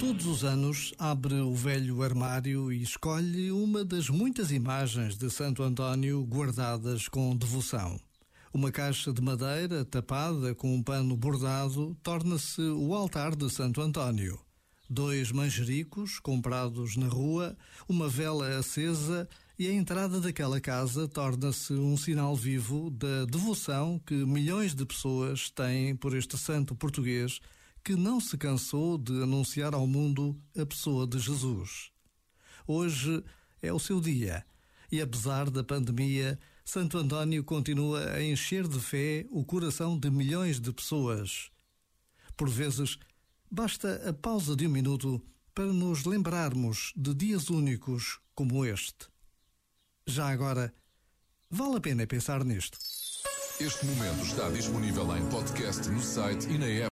Todos os anos abre o velho armário e escolhe uma das muitas imagens de Santo António guardadas com devoção. Uma caixa de madeira tapada com um pano bordado torna-se o altar de Santo António. 2 manjericos comprados na rua, uma vela acesa e a entrada daquela casa torna-se um sinal vivo da devoção que milhões de pessoas têm por este santo português que não se cansou de anunciar ao mundo a pessoa de Jesus. Hoje é o seu dia e, apesar da pandemia, Santo António continua a encher de fé o coração de milhões de pessoas. Por vezes, basta a pausa de um minuto para nos lembrarmos de dias únicos como este. Já agora, vale a pena pensar nisto. Este momento está disponível em podcast no site e na app.